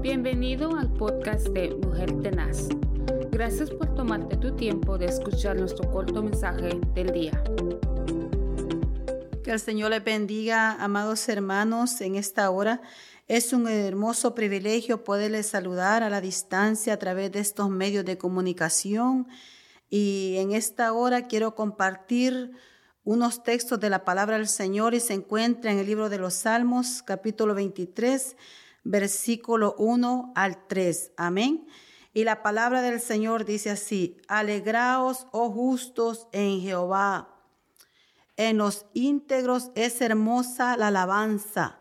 Bienvenido al podcast de Mujer Tenaz. Gracias por tomarte tu tiempo de escuchar nuestro corto mensaje del día. Que el Señor les bendiga, amados hermanos, en esta hora. Es un hermoso privilegio poderles saludar a la distancia a través de estos medios de comunicación. Y en esta hora quiero compartir unos textos de la palabra del Señor y se encuentra en el libro de los Salmos, capítulo 23, versículo 1 al 3. Amén. Y la palabra del Señor dice así: Alegraos, oh justos, en Jehová. En los íntegros es hermosa la alabanza.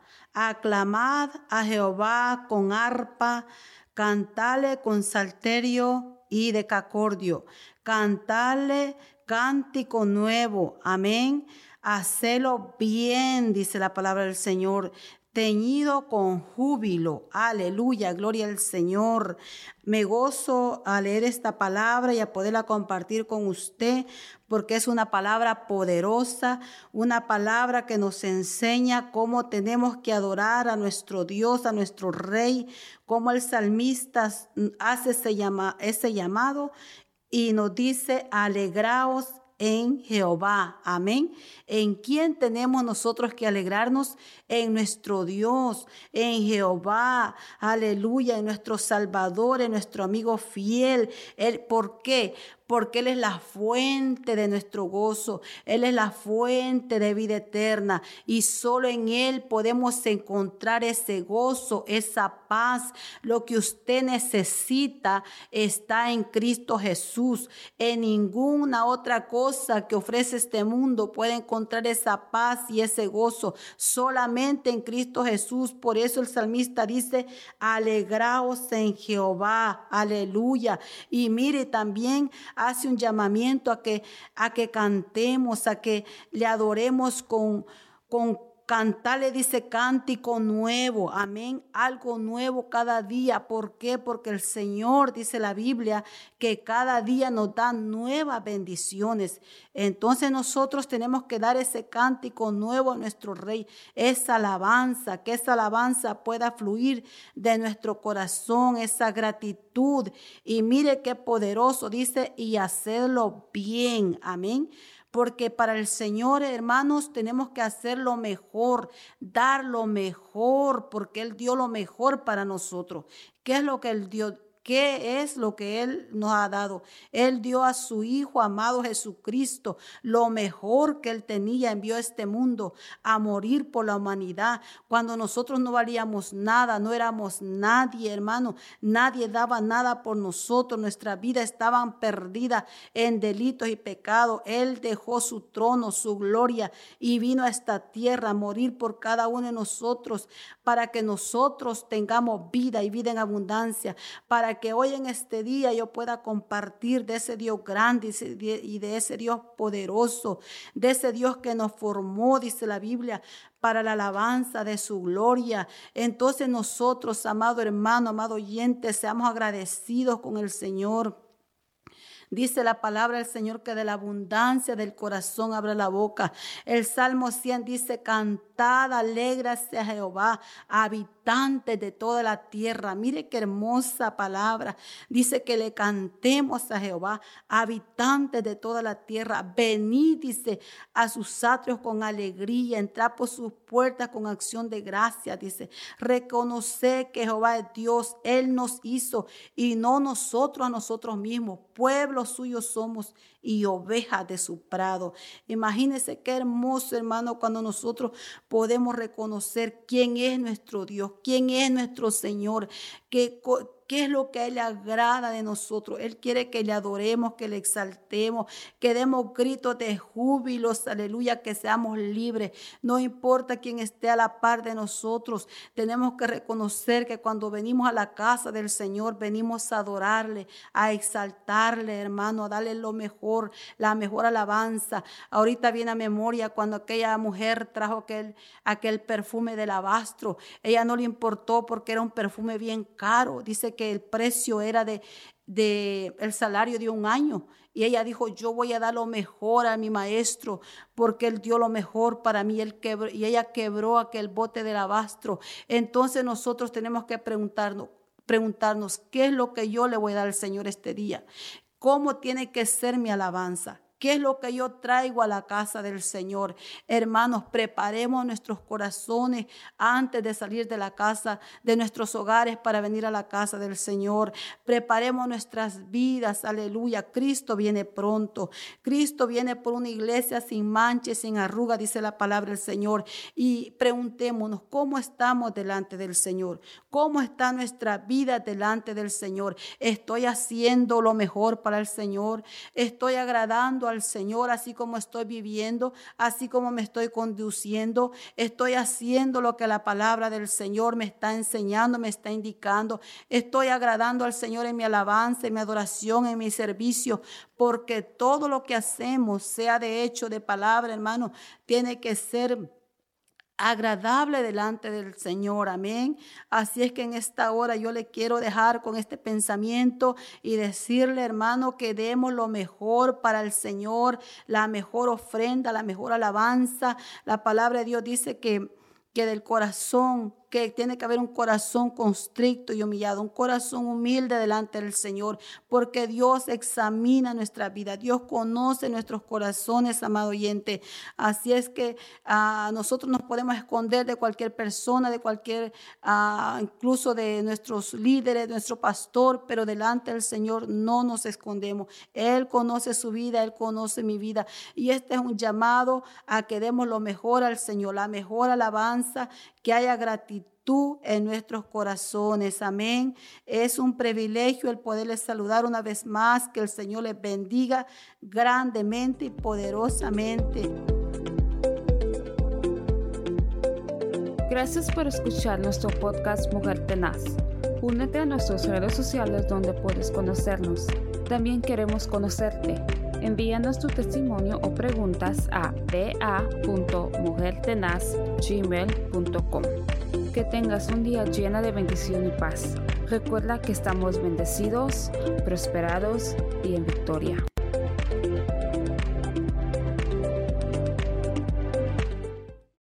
Aclamad a Jehová con arpa, cantale con salterio y decacordio, cantale cántico nuevo. Amén. Hacelo bien, dice la palabra del Señor, teñido con júbilo. Aleluya, gloria al Señor. Me gozo a leer esta palabra y a poderla compartir con usted, porque es una palabra poderosa, una palabra que nos enseña cómo tenemos que adorar a nuestro Dios, a nuestro Rey, cómo el salmista hace ese llamado y nos dice: alegraos en Jehová. Amén. ¿En quién tenemos nosotros que alegrarnos? En nuestro Dios, en Jehová. Aleluya, en nuestro Salvador, en nuestro amigo fiel. ¿Por qué? Porque Él es la fuente de nuestro gozo. Él es la fuente de vida eterna. Y solo en Él podemos encontrar ese gozo, esa paz. Lo que usted necesita está en Cristo Jesús. En ninguna otra cosa que ofrece este mundo puede encontrar esa paz y ese gozo. Solamente en Cristo Jesús. Por eso el salmista dice: alegraos en Jehová. Aleluya. Y mire, también hace un llamamiento a que cantemos, a que le adoremos con cantarle, dice, cántico nuevo. Amén. Algo nuevo cada día. ¿Por qué? Porque el Señor, dice la Biblia, que cada día nos da nuevas bendiciones. Entonces nosotros tenemos que dar ese cántico nuevo a nuestro Rey, esa alabanza, que esa alabanza pueda fluir de nuestro corazón, esa gratitud. Y mire qué poderoso dice: y hacerlo bien. Amén. Porque para el Señor, hermanos, tenemos que hacer lo mejor, dar lo mejor, porque Él dio lo mejor para nosotros. ¿Qué es lo que Él dio? ¿Qué es lo que Él nos ha dado? Él dio a su Hijo amado Jesucristo, lo mejor que Él tenía, envió a este mundo a morir por la humanidad. Cuando nosotros no valíamos nada, no éramos nadie, hermano, nadie daba nada por nosotros, nuestra vida estaba perdida en delitos y pecados. Él dejó su trono, su gloria y vino a esta tierra a morir por cada uno de nosotros, para que nosotros tengamos vida y vida en abundancia, para que hoy en este día yo pueda compartir de ese Dios grande y de ese Dios poderoso, de ese Dios que nos formó, dice la Biblia, para la alabanza de su gloria. Entonces nosotros, amado hermano, amado oyente, seamos agradecidos con el Señor. Dice la palabra del Señor que de la abundancia del corazón abre la boca. El Salmo 100 dice: cantad, alégrase a Jehová, habitantes de toda la tierra. Mire qué hermosa palabra. Dice que le cantemos a Jehová, habitantes de toda la tierra. Venid, dice, a sus atrios con alegría, entrad por sus puertas con acción de gracia. Dice: reconoce que Jehová es Dios, Él nos hizo y no nosotros a nosotros mismos. Pueblo suyos somos y ovejas de su prado. Imagínense qué hermoso, hermano, cuando nosotros podemos reconocer quién es nuestro Dios, quién es nuestro Señor, qué es lo que a Él le agrada de nosotros. Él quiere que le adoremos, que le exaltemos, que demos gritos de júbilo, aleluya, que seamos libres. No importa quién esté a la par de nosotros, tenemos que reconocer que cuando venimos a la casa del Señor, venimos a adorarle, a exaltarle, hermano, a darle lo mejor, la mejor alabanza. Ahorita viene a memoria cuando aquella mujer trajo aquel perfume de alabastro. Ella no le importó porque era un perfume bien caro. Dice que el precio era de el salario de un año. Y ella dijo: yo voy a dar lo mejor a mi maestro porque él dio lo mejor para mí. Y ella quebró aquel bote de alabastro. Entonces nosotros tenemos que preguntarnos: preguntarnos, ¿qué es lo que yo le voy a dar al Señor este día? ¿Cómo tiene que ser mi alabanza? ¿Qué es lo que yo traigo a la casa del Señor? Hermanos, preparemos nuestros corazones antes de salir de la casa, de nuestros hogares para venir a la casa del Señor. Preparemos nuestras vidas, aleluya. Cristo viene pronto. Cristo viene por una iglesia sin mancha, sin arruga, dice la palabra del Señor. Y preguntémonos, ¿cómo estamos delante del Señor? ¿Cómo está nuestra vida delante del Señor? ¿Estoy haciendo lo mejor para el Señor? ¿Estoy agradando al Señor así como estoy viviendo, así como me estoy conduciendo? Estoy haciendo lo que la palabra del Señor me está enseñando, me está indicando. Estoy agradando al Señor en mi alabanza, en mi adoración, en mi servicio, porque todo lo que hacemos, sea de hecho, de palabra, hermano, tiene que ser agradable delante del Señor, amén. Así es que en esta hora yo le quiero dejar con este pensamiento y decirle, hermano, que demos lo mejor para el Señor, la mejor ofrenda, la mejor alabanza. La palabra de Dios dice que del corazón, que tiene que haber un corazón constricto y humillado, un corazón humilde delante del Señor, porque Dios examina nuestra vida, Dios conoce nuestros corazones, amado oyente. Así es que nosotros nos podemos esconder de cualquier persona, de cualquier, incluso de nuestros líderes, de nuestro pastor, pero delante del Señor no nos escondemos. Él conoce su vida, Él conoce mi vida, y este es un llamado a que demos lo mejor al Señor, la mejor alabanza, que haya gratitud en nuestros corazones, amén. Es un privilegio el poderles saludar una vez más. Que el Señor les bendiga grandemente y poderosamente. Gracias por escuchar nuestro podcast Mujer Tenaz. Únete a nuestras redes sociales donde puedes conocernos. También queremos conocerte. Envíanos tu testimonio o preguntas a ba.mujertenaz@gmail.com. Que tengas un día lleno de bendición y paz. Recuerda que estamos bendecidos, prosperados y en victoria.